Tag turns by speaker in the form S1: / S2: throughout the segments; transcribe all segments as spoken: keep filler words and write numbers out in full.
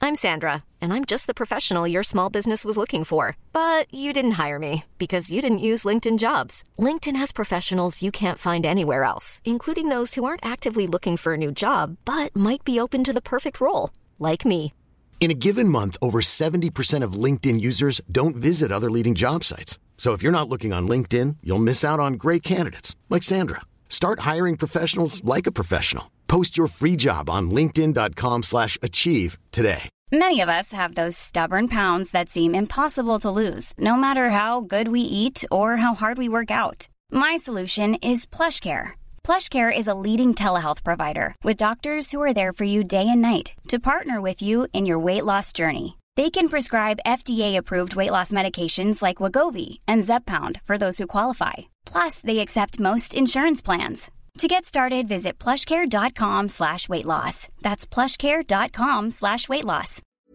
S1: I'm Sandra, and I'm just the professional your small business was looking for. But you didn't hire me because you didn't use LinkedIn Jobs. LinkedIn has professionals you can't find anywhere else, including those who aren't actively looking for a new job, but might be open to the perfect role, like me.
S2: In a given month, over seventy percent of LinkedIn users don't visit other leading job sites. So if you're not looking on LinkedIn, you'll miss out on great candidates like Sandra. Start hiring professionals like a professional. Post your free job on linkedin dot com slash achieve today.
S3: Many of us have those stubborn pounds that seem impossible to lose, no matter how good we eat or how hard we work out. My solution is PlushCare. PlushCare is a leading telehealth provider with doctors who are there for you day and night to partner with you in your weight loss journey. They can prescribe F D A-approved weight loss medications like Wegovy and Zepbound for those who qualify. Plus, they accept most insurance plans. To get started, visit plushcare.com slash weight loss. That's plushcare.com slash weight loss.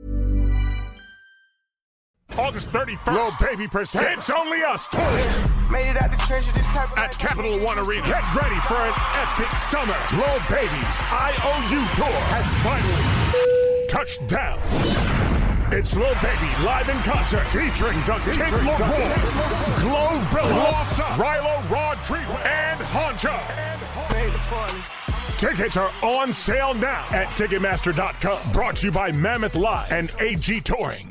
S4: August thirty-first, Lil Baby presents It's Only Us Tour
S5: Made it out the treasure this type of
S4: at Capital One Arena. Get ready for an epic summer. Lil Baby's I O U Tour has finally touched down. It's Lil Baby live in concert featuring the Kid Laroi, Glorilla, Rilo, Rodrigo, and Honcho. Tickets are on sale now at Ticketmaster dot com. Brought to you by Mammoth Live and A G Touring.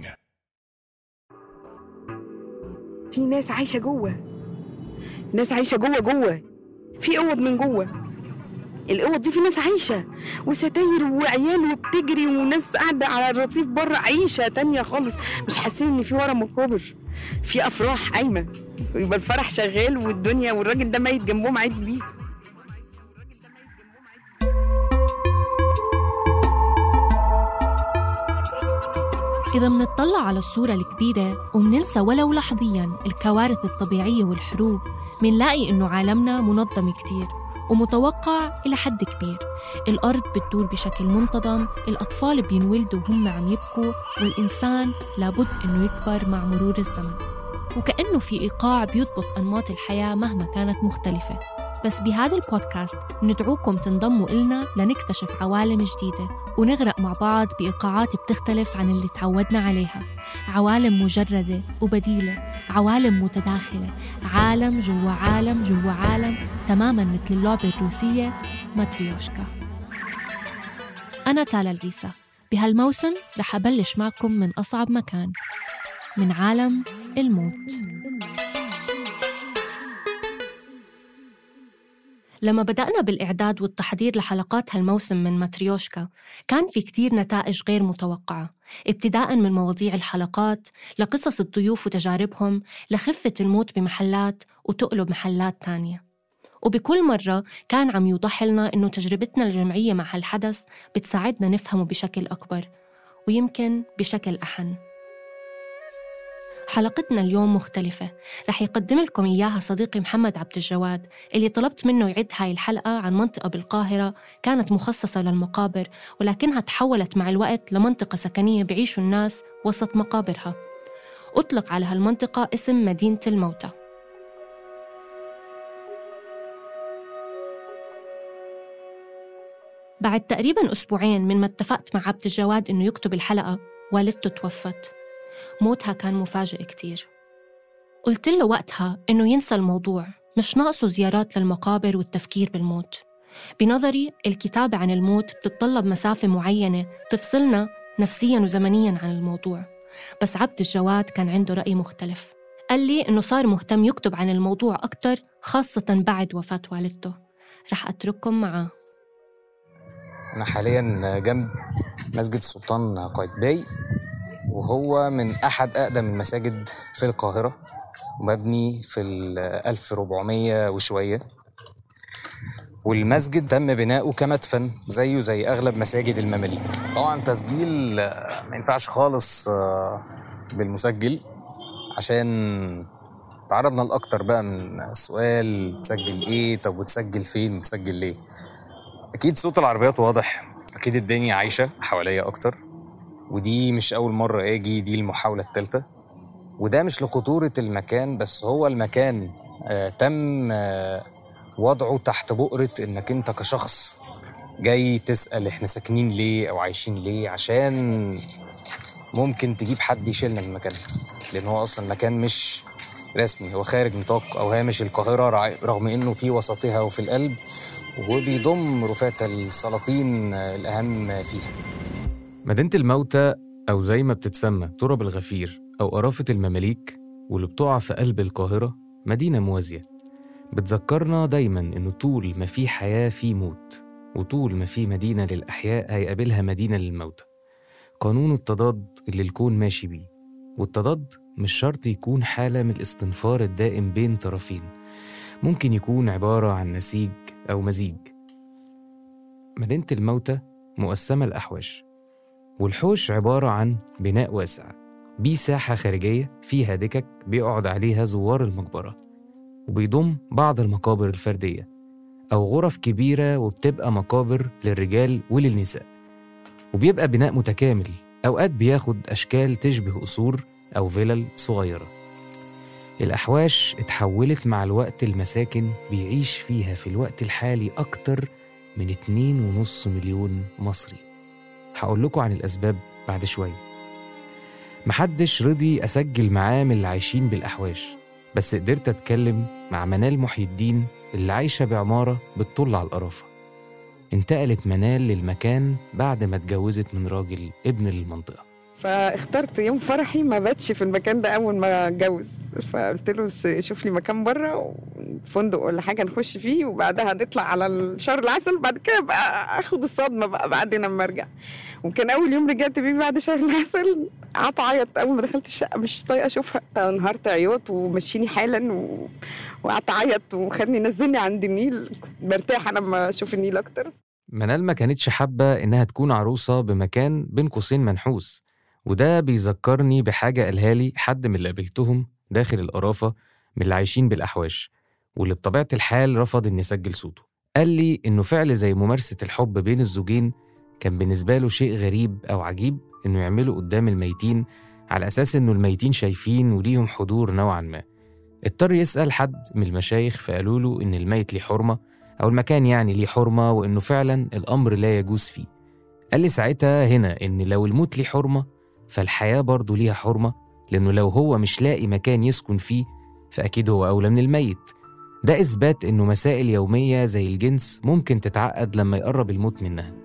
S6: في ناس عايشة جوه، ناس عايشة جوه جوه في أوض من جوه. الأوض دي في ناس عايشة وستاير وعيال وبتجري وناس قاعدة على الرصيف بره، عيشة تانية خالص. مش حاسين إن في ورا مقابر، في أفراح قايمة ويبقى الفرح شغال والدنيا والراجل ده ميت جنبهم عادي بيس.
S7: إذا منطلع على الصورة الكبيرة ومننسى ولو لحظياً الكوارث الطبيعية والحروب، منلاقي إنه عالمنا منظم كتير ومتوقع إلى حد كبير. الأرض بتدور بشكل منتظم، الأطفال بينولدوا وهم عم يبكوا، والإنسان لابد إنه يكبر مع مرور الزمن. وكأنه في إيقاع بيضبط أنماط الحياة مهما كانت مختلفة. بس بهذا البودكاست ندعوكم تنضموا إلنا لنكتشف عوالم جديدة ونغرق مع بعض بإيقاعات بتختلف عن اللي تعودنا عليها. عوالم مجردة وبديلة، عوالم متداخلة، عالم جوا عالم جوا عالم، تماماً مثل اللعبة الروسية ماتريوشكا. أنا تالا العيسى. بهالموسم رح أبلش معكم من أصعب مكان، من عالم الموت. لما بدأنا بالإعداد والتحضير لحلقات هالموسم من ماتريوشكا كان في كتير نتائج غير متوقعة، ابتداءً من مواضيع الحلقات لقصص الضيوف وتجاربهم لخفة الموت بمحلات وتقلب محلات تانية. وبكل مرة كان عم يوضح لنا إنه تجربتنا الجمعية مع هالحدث بتساعدنا نفهمه بشكل أكبر ويمكن بشكل أحن. حلقتنا اليوم مختلفة، رح يقدم لكم إياها صديقي محمد عبد الجواد، اللي طلبت منه يعد هاي الحلقة عن منطقة بالقاهرة كانت مخصصة للمقابر، ولكنها تحولت مع الوقت لمنطقة سكنية بعيشوا الناس وسط مقابرها. أطلق على هالمنطقة اسم مدينة الموتى. بعد تقريباً أسبوعين من ما اتفقت مع عبد الجواد إنه يكتب الحلقة، والدته توفت. موتها كان مفاجئ كتير. قلت له وقتها إنه ينسى الموضوع، مش ناقصه زيارات للمقابر والتفكير بالموت. بنظري الكتابة عن الموت بتتطلب مسافة معينة تفصلنا نفسياً وزمنياً عن الموضوع. بس عبد الجواد كان عنده رأي مختلف. قال لي إنه صار مهتم يكتب عن الموضوع أكتر، خاصة بعد وفاة والدته. رح أترككم معاه.
S8: أنا حالياً جنب مسجد السلطان قايتباي، وهو من أحد أقدم المساجد في القاهرة، مبني في الألف وربعمية وشوية. والمسجد تم بناؤه كمدفن زيه زي أغلب مساجد المماليك. طبعا تسجيل ما ينفعش خالص بالمسجل، عشان تعرضنا لأكتر بقى من السؤال تسجل إيه، طب وتسجل فين، وتسجل ليه. أكيد صوت العربيات واضح، أكيد الدنيا عايشة حواليا أكتر، ودي مش أول مرة أجي، دي المحاولة الثالثة. وده مش لخطورة المكان بس، هو المكان آه تم آه وضعه تحت بؤرة إنك أنت كشخص جاي تسأل إحنا ساكنين ليه أو عايشين ليه، عشان ممكن تجيب حد يشيلنا من مكاننا، لأن هو أصلا مكان مش رسمي، هو خارج نطاق أو هامش القاهرة رغم إنه في وسطها وفي القلب، وبيضم رفات السلاطين الأهم فيها. مدينة الموتى أو زي ما بتتسمى تراب الغفير أو قرافة المماليك، واللي بتقع في قلب القاهرة، مدينة موازية بتذكرنا دايماً إنه طول ما في حياة في موت، وطول ما في مدينة للأحياء هيقابلها مدينة للموتى. قانون التضاد اللي الكون ماشي بيه، والتضاد مش شرط يكون حالة من الاستنفار الدائم بين طرفين، ممكن يكون عبارة عن نسيج أو مزيج. مدينة الموتى مقسمة الأحواش، والحوش عبارة عن بناء واسع بيه ساحة خارجية فيها دكك بيقعد عليها زوار المقبرة، وبيضم بعض المقابر الفردية أو غرف كبيرة وبتبقى مقابر للرجال وللنساء، وبيبقى بناء متكامل أوقات بياخد أشكال تشبه قصور أو فيلل صغيرة. الأحواش اتحولت مع الوقت المساكن بيعيش فيها في الوقت الحالي أكتر من اتنين ونص مليون مصري. هقول لكم عن الأسباب بعد شوية. محدش رضي أسجل معاه من اللي عايشين بالأحواش، بس قدرت أتكلم مع منال محي الدين اللي عايشة بعمارة بتطل على القرافة. انتقلت منال للمكان بعد ما اتجوزت من راجل ابن للمنطقة،
S6: فاخترت يوم فرحي ما باتش في المكان ده أول ما اتجوز، فقلت له شوف لي مكان بره فندق ولا حاجة نخش فيه، وبعدها نطلع على الشهر العسل، بعد كده بقى أخد الصدمة بقى بعدين لما أرجع. وكان أول يوم رجعت بيه بعد شهر العسل قعدت أعيط أول ما دخلت الشقة، مش طايقة أشوفها، انهارت عياط ومشيني حالا و... وقعدت أعيط وخدني نزلني عند النيل، برتاح أنا لما أشوف النيل أكتر.
S8: منال ما كانتش حابة إنها تكون عروسة بمكان بين قوسين منحوس، وده بيذكرني بحاجة قالها لي حد من اللي قابلتهم داخل القرافة من اللي عايشين بالأحواش، واللي بطبيعة الحال رفض إن يسجل صوته. قال لي إنه فعل زي ممارسة الحب بين الزوجين كان بالنسبة له شيء غريب أو عجيب إنه يعمله قدام الميتين، على أساس إنه الميتين شايفين وليهم حضور نوعا ما. اضطر يسأل حد من المشايخ فقالوا له إن الميت ليه حرمة، أو المكان يعني ليه حرمة، وإنه فعلا الأمر لا يجوز فيه. قال لي ساعتها هنا إن لو الموت ليه حرمة فالحياة برضو ليها حرمة، لأنه لو هو مش لاقي مكان يسكن فيه فأكيد هو أولى من الميت. ده إثبات إنه مسائل يومية زي الجنس ممكن تتعقد لما يقرب الموت منها.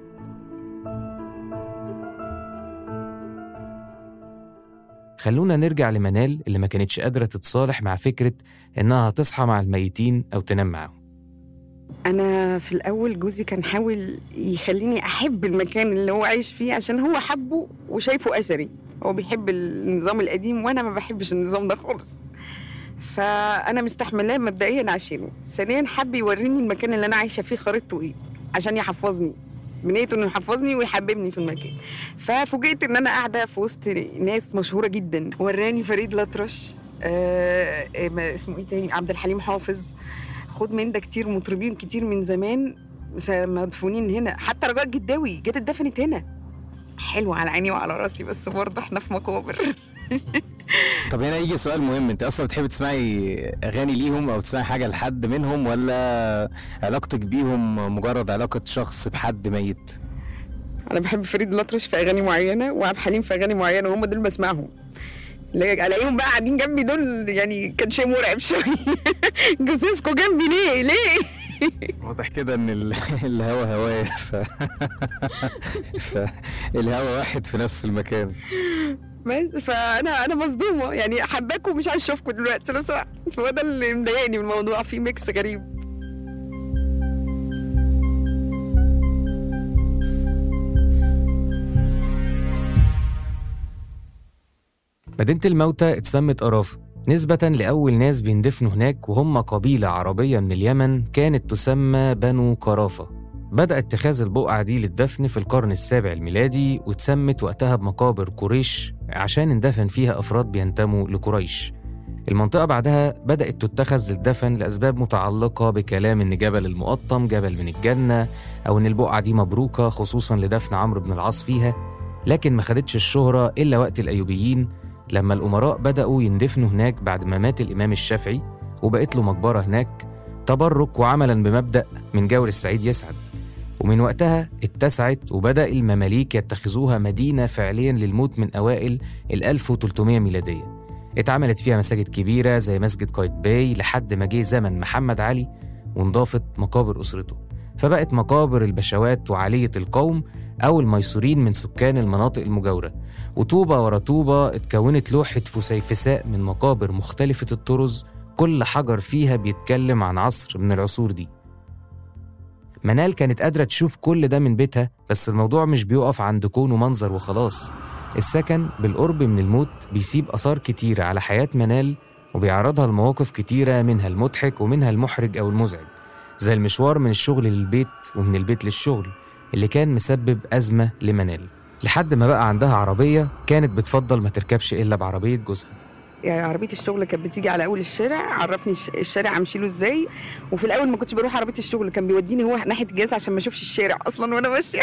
S8: خلونا نرجع لمنال اللي ما كانتش قادرة تتصالح مع فكرة إنها تصحى مع الميتين أو تنام معهم.
S6: أنا في الأول جوزي كان حاول يخليني أحب المكان اللي هو عايش فيه عشان هو حبه وشايفه أثري، هو بيحب النظام القديم وأنا ما بحبش النظام ده خالص، فأنا مستحملاه مبدئيا عشانه. ثانيا حب يوريني المكان اللي أنا عايشة فيه خريطته إيه عشان يحفظني، بنيته إنه يحفظني ويحببني في المكان. ففوجئت إن أنا قاعدة في وسط ناس مشهورة جدا، وراني فريد الأطرش، آه اسمه إيه تاني، عبد الحليم حافظ، خد من ده كتير، مطربين كتير من زمان مدفونين هنا، حتى رجاء الجداوي جت اتدفنت هنا. حلوة على عيني وعلى راسي، بس برضه احنا في مقابر.
S9: طب هنا يجي سؤال مهم، انت اصلا بتحبي تسمعي اغاني ليهم او تسمعي حاجه لحد منهم، ولا علاقتك بيهم مجرد علاقه شخص بحد ميت؟
S6: انا بحب فريد الأطرش في اغاني معينه وعبد الحليم في اغاني معينه، وهم دول بسمعهم. اللي الاقيهم بقى قاعدين جنبي دول يعني كان شيء مرعب شويه. جوزيسكو جنبي ليه ليه؟
S9: واضح كده ان الهوا هوايه ف... فالهوا واحد في نفس المكان.
S6: بس فانا انا مصدومه يعني، حباكم مش عايز اشوفكم دلوقتي لو سمحت، فهو ده اللي مضايقني من الموضوع، في ميكس غريب.
S8: مدينة الموتى اتسمت قرافة نسبة لأول ناس بيندفنوا هناك، وهم قبيلة عربية من اليمن كانت تسمى بنو قرافة. بدأ اتخاذ البقعة دي للدفن في القرن السابع الميلادي، واتسمت وقتها بمقابر قريش عشان اندفن فيها أفراد بينتموا لقريش. المنطقة بعدها بدأت تتخذ للدفن لأسباب متعلقة بكلام إن جبل المقطم جبل من الجنة، أو إن البقعة دي مبروكة خصوصاً لدفن عمرو بن العاص فيها. لكن ما خدتش الشهرة إلا وقت الأيوبيين لما الأمراء بدأوا يندفنوا هناك بعد ما مات الإمام الشافعي، وبقت له مقبرة هناك تبرك وعملاً بمبدأ من جاور السعيد يسعد. ومن وقتها اتسعت وبدأ المماليك يتخذوها مدينة فعليا للموت من أوائل ال ألف وثلاثمية ميلادية. اتعملت فيها مساجد كبيرة زي مسجد قايتباي لحد ما جه زمن محمد علي وانضافت مقابر أسرته، فبقت مقابر البشوات وعالية القوم أو الميسورين من سكان المناطق المجاورة، وطوبة ورا طوبة اتكونت لوحة فسيفساء من مقابر مختلفة الطرز، كل حجر فيها بيتكلم عن عصر من العصور دي. منال كانت قادرة تشوف كل ده من بيتها، بس الموضوع مش بيقف عند كونه منظر وخلاص. السكن بالقرب من الموت بيسيب آثار كتيرة على حياة منال، وبيعرضها لمواقف كتيرة، منها المضحك ومنها المحرج أو المزعج، زي المشوار من الشغل للبيت ومن البيت للشغل اللي كان مسبب أزمة لمنال، لحد ما بقى عندها عربية كانت بتفضل ما تركبش إلا بعربية جوزها.
S6: يعني عربية الشغل كانت بتيجي على أول الشارع، عرفني الشارع أمشيله إزاي، وفي الأول ما كنتش بروح عربية الشغل، كان بيوديني هو ناحية الجاز عشان ما أشوفش الشارع أصلا وأنا ماشية.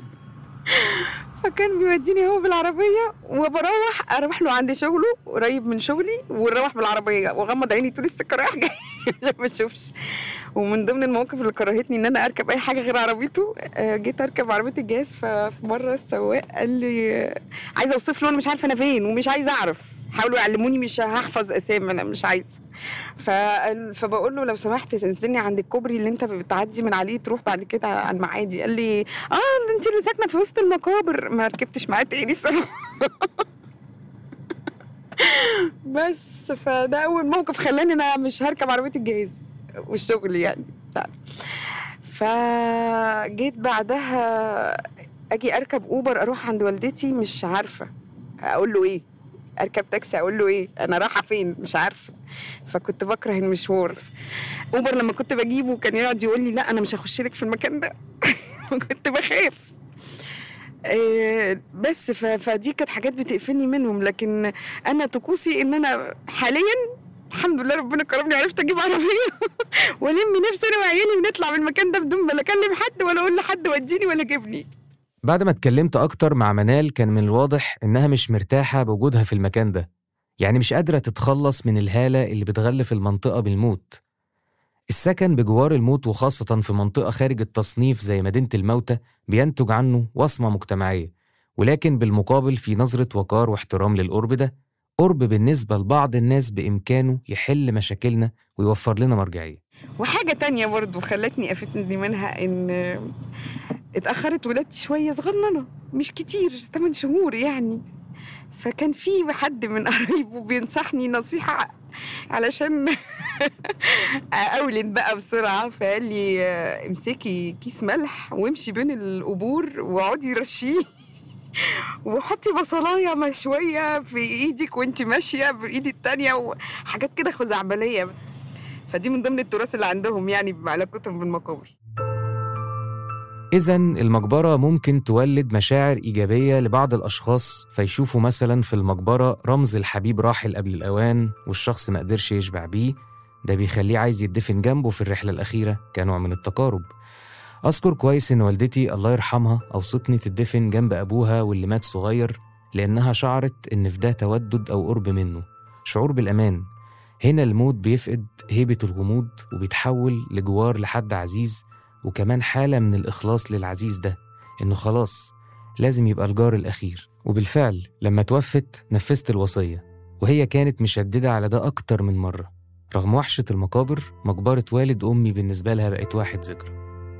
S6: فكان بيوديني هو بالعربية، وبروح أروح له عند شغله قريب من شغلي، ونروح بالعربية وأغمض عيني طول السكة رايح جاي عشان ما أشوفش. ومن ضمن المواقف اللي كرهتني إن أنا أركب أي حاجة غير عربيته، جيت أركب عربية الجاز، ففي مرة السواق قال لي عايزة أوصف له أنا مش عارفة أنا فين ومش عايزة أعرف، حاولوا يعلموني مش هحفظ اسامي انا مش عايزه. فبقول له لو سمحت انزلني عند الكوبري اللي انت بتعدي من عليه تروح بعد كده على المعادي. قال لي اه انت اللي ساكنه في وسط المقابر. ما ركبتش معاه تاني صراحه. بس فده اول موقف خلاني انا مش هركب عربيه الجهاز والشغل يعني. فجيت بعدها اجي اركب اوبر اروح عند والدتي، مش عارفه اقول له ايه، اركب تاكسي اقول له ايه، انا رايحه فين مش عارفه. فكنت بكره المشوار. اوبر لما كنت بجيبه كان يقعد يقول لي لا انا مش هخش لك في المكان ده. كنت بخاف. إيه بس فدي كانت حاجات بتقفلني منهم. لكن انا طقوسي ان انا حاليا الحمد لله ربنا كرمني عرفت اجيب عربيه والم نفسي انا وعيالي ونطلع من المكان ده بدون ما اكلم حد ولا اقول لحد وديني ولا جيبني.
S8: بعد ما اتكلمت أكتر مع منال كان من الواضح إنها مش مرتاحة بوجودها في المكان ده، يعني مش قادرة تتخلص من الهالة اللي بتغلف المنطقة بالموت. السكن بجوار الموت وخاصة في منطقة خارج التصنيف زي مدينة الموتى بينتج عنه وصمة مجتمعية، ولكن بالمقابل في نظرة وقار واحترام للقرب ده. قرب بالنسبة لبعض الناس بإمكانه يحل مشاكلنا ويوفر لنا مرجعية.
S6: وحاجة تانية برضو خلتني أفتني منها إن اتأخرت ولادتي شوية صغننة مش كتير، ثمان شهور يعني. فكان في حد من قرايبه بينصحني نصيحة علشان أولد بقى بسرعة، فقال لي امسكي كيس ملح وامشي بين القبور واقعدي رشيه وحطي بصلاية مشوية في ايدك وانت ماشية بايدي التانية وحاجات كده خزعبلية. فدي من ضمن التراث اللي عندهم يعني بعلاقتهم بالمقابر.
S8: إذن المقبرة ممكن تولد مشاعر إيجابية لبعض الأشخاص، فيشوفوا مثلا في المقبرة رمز الحبيب راحل قبل الأوان والشخص ما قدرش يشبع بيه، ده بيخليه عايز يدفن جنبه في الرحلة الأخيرة كنوع من التقارب. أذكر كويس إن والدتي الله يرحمها أوصتني تدفن جنب أبوها واللي مات صغير، لأنها شعرت إن في ده تودد أو قرب منه، شعور بالأمان. هنا الموت بيفقد هيبة الغموض وبيتحول لجوار لحد عزيز، وكمان حالة من الإخلاص للعزيز ده، إنه خلاص لازم يبقى الجار الأخير. وبالفعل لما توفت نفذت الوصية، وهي كانت مشددة على ده أكتر من مرة. رغم وحشة المقابر، مقبرة والد أمي بالنسبة لها بقت واحد ذكرى.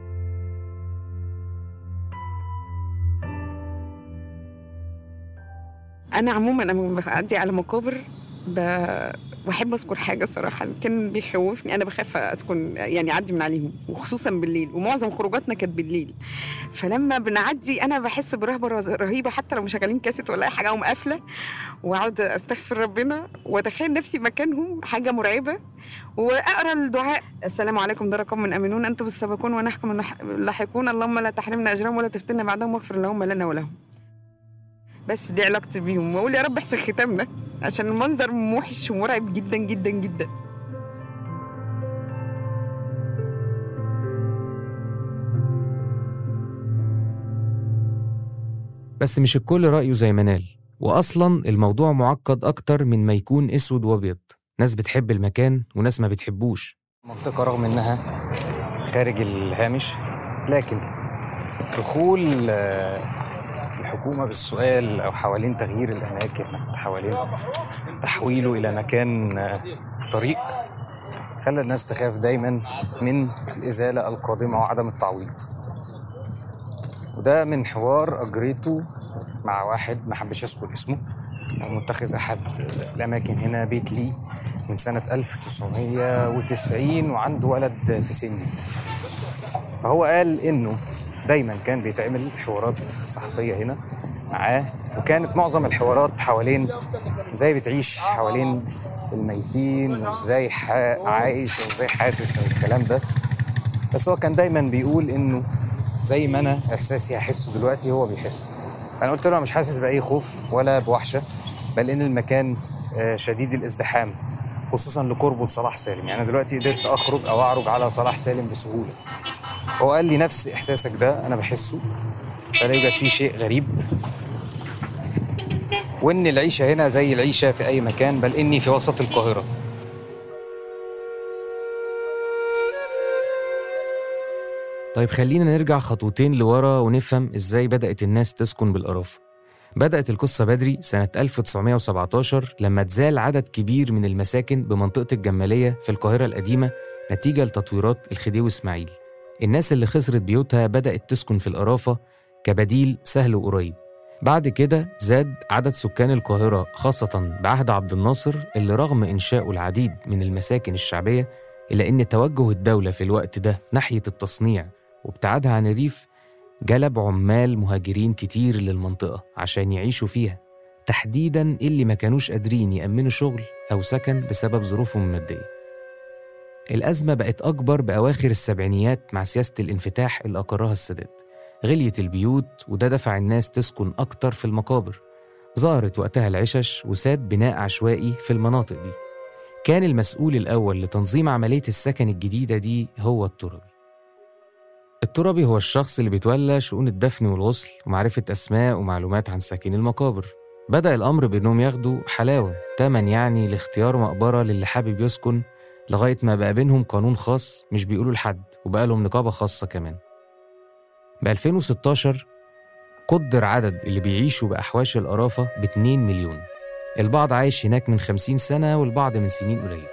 S6: أنا عموماً أنا بعدي على مقابر بحب أذكر حاجة صراحة كان بيخوفني. أنا بخاف أسكن يعني أعدي من عليهم، وخصوصاً بالليل، ومعظم خروجاتنا كانت بالليل. فلما بنعدي أنا بحس برهبة رهيبة، حتى لو مشغلين كاسيت ولا أي حاجة أقوم قافلة وأقعد أستغفر ربنا وأتخيل نفسي مكانهم، حاجة مرعبة. وأقرأ الدعاء: السلام عليكم ده رقم من أمنون أنتم السابقون ونحكم اللاحقون اللهم لا تحرمنا أجرهم ولا تفتنا بعدهم واغفر لهم لنا ولهم. بس دي علاقتي بيهم، واقول يا رب احسن ختامنا عشان المنظر موحش ومرعب جدا جدا جدا.
S8: بس مش الكل رأيه زي منال، وأصلا الموضوع معقد أكتر من ما يكون أسود وأبيض. ناس بتحب المكان وناس ما بتحبوش. منطقة رغم إنها خارج الهامش، لكن دخول الحكومة بالسؤال أو حوالين تغيير الأماكن، حوالين تحويله إلى مكان طريق، خلى الناس تخاف دايما من الإزالة القادمة وعدم التعويض. وده من حوار أجريته مع واحد ما حبش يذكر اسمه، متخذ أحد الأماكن هنا بيت لي من سنة ألف وتسعمية وتسعين وعنده ولد في سني. فهو قال إنه دايما كان بيتعمل حوارات صحفية هنا معاه، وكانت معظم الحوارات حوالين ازاي بتعيش حوالين الميتين وازاي عايش وازاي حاسس والكلام ده. بس هو كان دايما بيقول انه زي ما انا احساسي هحسه دلوقتي هو بيحس. انا قلت له مش حاسس باي خوف ولا بوحشة، بل ان المكان شديد الازدحام خصوصا لقربه لصلاح سالم. يعني دلوقتي قدرت اخرج او اعرج على صلاح سالم بسهولة. هو قال لي نفس احساسك ده انا بحسه، فلا يوجد فيه شيء غريب، وان العيشة هنا زي العيشة في اي مكان، بل اني في وسط القاهرة.
S10: طيب خلينا نرجع خطوتين لورا ونفهم ازاي بدأت الناس تسكن بالقرافة. بدأت القصة بدري سنة ألف وتسعمية وسبعتاشر لما اتزال عدد كبير من المساكن بمنطقة الجمالية في القاهرة القديمة نتيجة لتطويرات الخديوي إسماعيل. الناس اللي خسرت بيوتها بدأت تسكن في القرافة كبديل سهل وقريب. بعد كده زاد عدد سكان القاهرة خاصة بعهد عبد الناصر، اللي رغم إنشاؤه العديد من المساكن الشعبية إلا إن توجه الدولة في الوقت ده ناحية التصنيع وابتعادها عن الريف جلب عمال مهاجرين كتير للمنطقة عشان يعيشوا فيها، تحديداً اللي ما كانوش قادرين يأمنوا شغل أو سكن بسبب ظروفهم المادية. الأزمة بقت أكبر بأواخر السبعينيات مع سياسة الانفتاح اللي أقرها السادات. غليت البيوت وده دفع الناس تسكن أكتر في المقابر. ظهرت وقتها العشش وساد بناء عشوائي في المناطق دي. كان المسؤول الأول لتنظيم عملية السكن الجديدة دي هو التربي. التربي هو الشخص اللي بيتولى شؤون الدفن والغسل ومعرفة أسماء ومعلومات عن ساكن المقابر. بدأ الأمر بأنهم ياخدوا حلاوة تمن يعني لاختيار مقبرة للي حابب يسكن، لغاية ما بقى بينهم قانون خاص مش بيقولوا لحد، وبقى لهم نقابة خاصة كمان. ب ألفين وستاشر قدر عدد اللي بيعيشوا بأحواش القرافة باتنين مليون. البعض عايش هناك من خمسين سنة والبعض من سنين قليلة.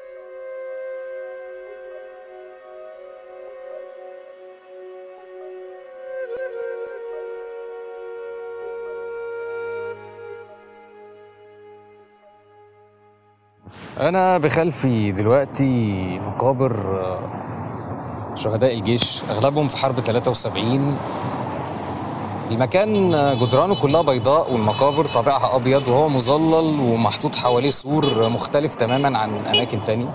S8: أنا بخلفي دلوقتي مقابر شهداء الجيش، أغلبهم في حرب تلاتة وسبعين. المكان جدرانه كلها بيضاء والمقابر طابعها أبيض، وهو مظلل ومحطوط حواليه سور مختلف تماماً عن أماكن تانية،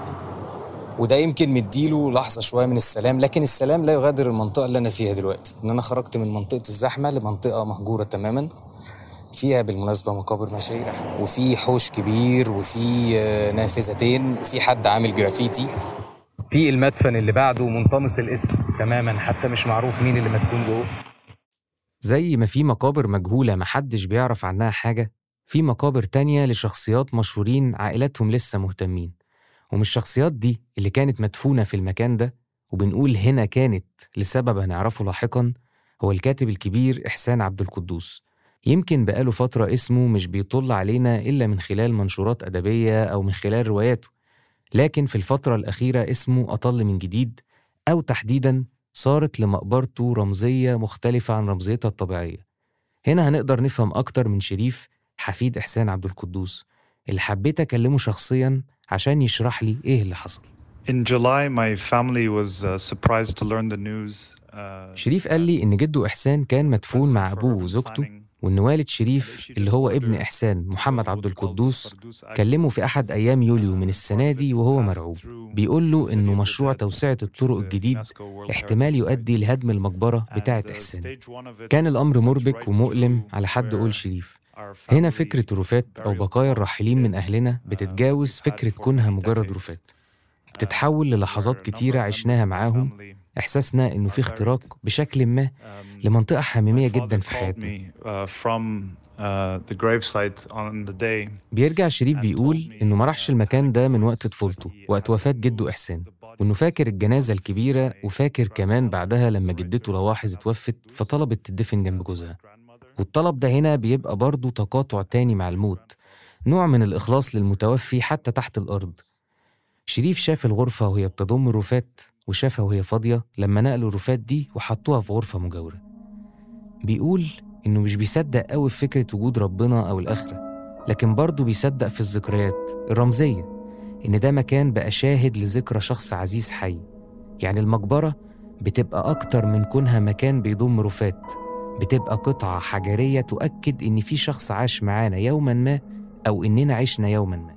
S8: وده يمكن مديله لحظة شوية من السلام. لكن السلام لا يغادر المنطقة اللي أنا فيها دلوقتي، إن أنا خرجت من منطقة الزحمة لمنطقة مهجورة تماماً، فيها بالمناسبة مقابر مشايخ وفي حوش كبير وفي نافذتين وفي حد عامل جرافيتي. في المدفن اللي بعده منطمس الاسم تماماً، حتى مش معروف مين اللي مدفون جوه.
S10: زي ما في مقابر مجهولة محدش بيعرف عنها حاجة، في مقابر تانية لشخصيات مشهورين عائلاتهم لسه مهتمين. ومن الشخصيات دي اللي كانت مدفونة في المكان ده، وبنقول هنا كانت لسبب هنعرفه لاحقاً، هو الكاتب الكبير إحسان عبد القدوس. يمكن بقاله فترة اسمه مش بيطل علينا إلا من خلال منشورات أدبية أو من خلال رواياته، لكن في الفترة الأخيرة اسمه أطل من جديد، أو تحديداً صارت لمقبرته رمزية مختلفة عن رمزيتها الطبيعية. هنا هنقدر نفهم أكتر من شريف حفيد إحسان عبد القدوس، اللي حبيت أكلمه شخصياً عشان يشرح لي إيه اللي حصل.
S11: In July my family was uh, surprised to learn the news. Uh,
S10: شريف قال لي إن جده إحسان كان مدفون مع أبوه وزوجته، وإن والد شريف اللي هو ابن إحسان محمد عبد القدوس كلمه في أحد أيام يوليو من السنة دي وهو مرعوب، بيقول له إنه مشروع توسعة الطرق الجديد احتمال يؤدي لهدم المقبرة بتاعة إحسان. كان الأمر مربك ومؤلم على حد قول شريف. هنا فكرة رفات أو بقايا الراحلين من أهلنا بتتجاوز فكرة كونها مجرد رفات، بتتحول للحظات كتيرة عشناها معاهم، إحساسنا إنه في اختراق بشكل ما لمنطقة حميمية جدا في حياتنا. بيرجع شريف بيقول إنه ما راحش المكان ده من وقت طفولته وقت وفاة جده إحسان، وإنه فاكر الجنازة الكبيرة، وفاكر كمان بعدها لما جدته لواحظ اتوفت فطلبت تدفن جنب جوزها. والطلب ده هنا بيبقى برضو تقاطع تاني مع الموت، نوع من الإخلاص للمتوفي حتى تحت الأرض. شريف شاف الغرفة وهي بتضم الرفات، وشافها وهي فاضية لما نقلوا الرفات دي وحطوها في غرفة مجاورة. بيقول إنه مش بيصدق قوي في فكرة وجود ربنا أو الآخرة، لكن برضو بيصدق في الذكريات الرمزية، إن ده مكان بقى شاهد لذكرى شخص عزيز حي. يعني المقبرة بتبقى أكتر من كونها مكان بيضم رفات، بتبقى قطعة حجرية تؤكد إن في شخص عاش معانا يوما ما، أو إننا عشنا يوما ما.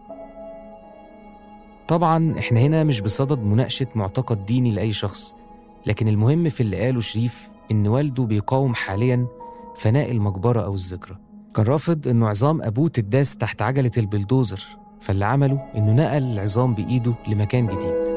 S10: طبعا إحنا هنا مش بصدد مناقشة معتقد ديني لأي شخص، لكن المهم في اللي قاله شريف إن والده بيقاوم حاليا فناء المقبرة أو الذكرى. كان رافض إنه عظام أبوه تداس تحت عجلة البلدوزر، فاللي عمله إنه نقل العظام بإيده لمكان جديد.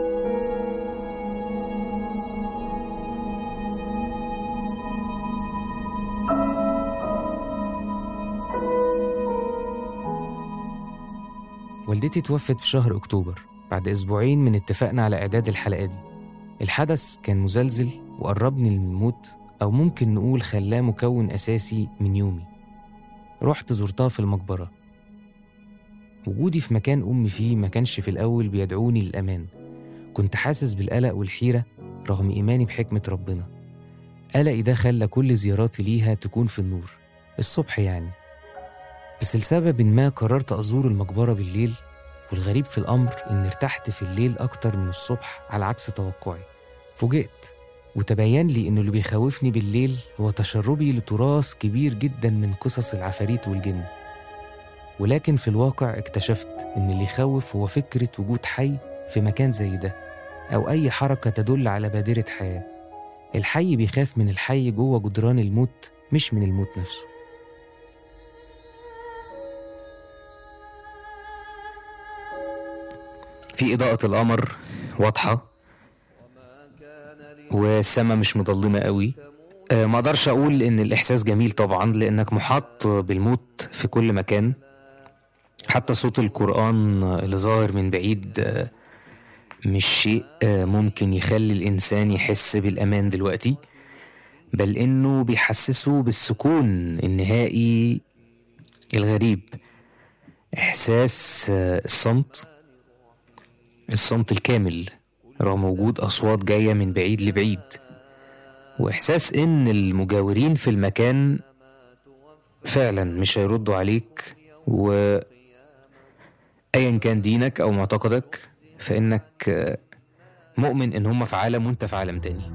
S10: والدتي توفت في شهر أكتوبر بعد أسبوعين من اتفاقنا على إعداد الحلقة دي. الحدث كان مزلزل وقربني من الموت، أو ممكن نقول خلاه مكون أساسي من يومي. رحت زرتها في المقبرة. وجودي في مكان أمي فيه ما كانش في الأول بيدعوني للأمان. كنت حاسس بالقلق والحيرة رغم إيماني بحكمة ربنا. قلقي ده خلى كل زياراتي ليها تكون في النور الصبح يعني. بس لسبب ما قررت أزور المقبرة بالليل، والغريب في الأمر إن ارتحت في الليل أكتر من الصبح على عكس توقعي. فوجئت وتبين لي إنه اللي بيخوفني بالليل هو تشربي لتراث كبير جدا من قصص العفاريت والجن. ولكن في الواقع اكتشفت إن اللي يخوف هو فكرة وجود حي في مكان زي ده، أو أي حركة تدل على بادرة حياة. الحي بيخاف من الحي جوه جدران الموت، مش من الموت نفسه.
S9: في إضاءة القمر واضحة والسماء مش مظلمة قوي. أه ما اقدرش اقول ان الاحساس جميل طبعا، لانك محاط بالموت في كل مكان. حتى صوت القرآن اللي ظاهر من بعيد أه مش شيء أه ممكن يخلي الانسان يحس بالامان دلوقتي، بل انه بيحسسه بالسكون النهائي الغريب. احساس أه الصمت الصمت الكامل رغم وجود أصوات جاية من بعيد لبعيد، وإحساس إن المجاورين في المكان فعلا مش هيردوا عليك، وأيا كان دينك أو معتقدك فإنك مؤمن إن هم في عالم وإنت في عالم تاني.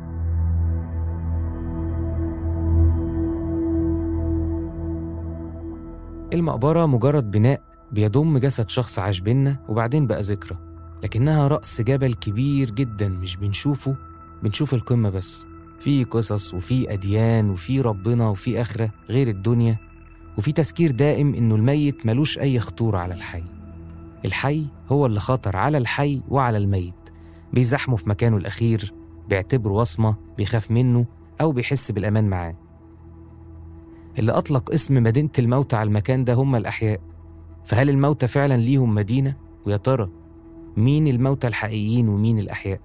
S10: المقبرة مجرد بناء بيضم جسد شخص عاش بينا وبعدين بقى ذكرى، لكنها رأس جبل كبير جدا مش بنشوفه، بنشوف القمة بس. في قصص وفي أديان وفي ربنا وفي آخرة غير الدنيا، وفي تذكير دائم إنه الميت ملوش أي خطورة على الحي. الحي هو اللي خطر على الحي وعلى الميت، بيزحمه في مكانه الأخير، بيعتبره وصمة، بيخاف منه أو بيحس بالأمان معاه. اللي أطلق اسم مدينة الموتى على المكان ده هم الأحياء. فهل الموتى فعلا ليهم مدينة؟ ويا ترى مين الموتى الحقيقيين ومين الأحياء؟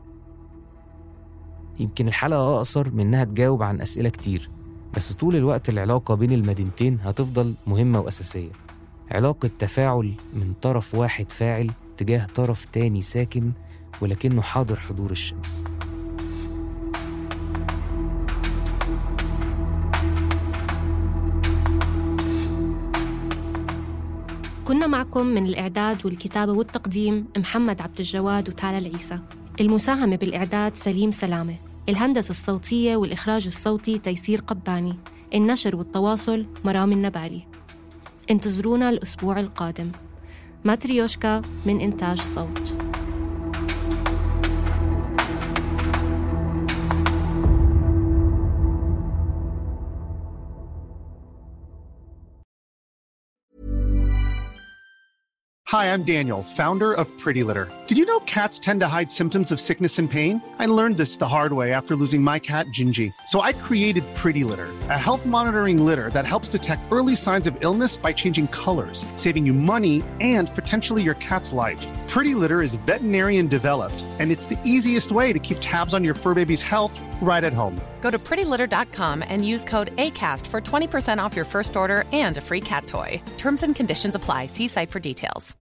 S10: يمكن الحلقة أقصر من إنها تجاوب عن أسئلة كتير، بس طول الوقت العلاقة بين المدينتين هتفضل مهمة وأساسية. علاقة تفاعل من طرف واحد فاعل تجاه طرف تاني ساكن ولكنه حاضر حضور الشمس.
S7: كنا معكم من الإعداد والكتابة والتقديم محمد عبد الجواد وتالا العيسى. المساهمة بالإعداد سليم سلامة. الهندسة الصوتية والإخراج الصوتي تيسير قباني. النشر والتواصل مرام النبالي. انتظرونا الأسبوع القادم. ماتريوشكا من إنتاج صوت.
S12: Hi, I'm Daniel, founder of Pretty Litter. Did you know cats tend to hide symptoms of sickness and pain? I learned this the hard way after losing my cat, Gingy. So I created Pretty Litter, a health monitoring litter that helps detect early signs of illness by changing colors, saving you money and potentially your cat's life. Pretty Litter is veterinarian developed, and it's the easiest way to keep tabs on your fur baby's health right at home.
S13: Go to pretty litter dot com and use code ACAST for twenty percent off your first order and a free cat toy. Terms and conditions apply. See site for details.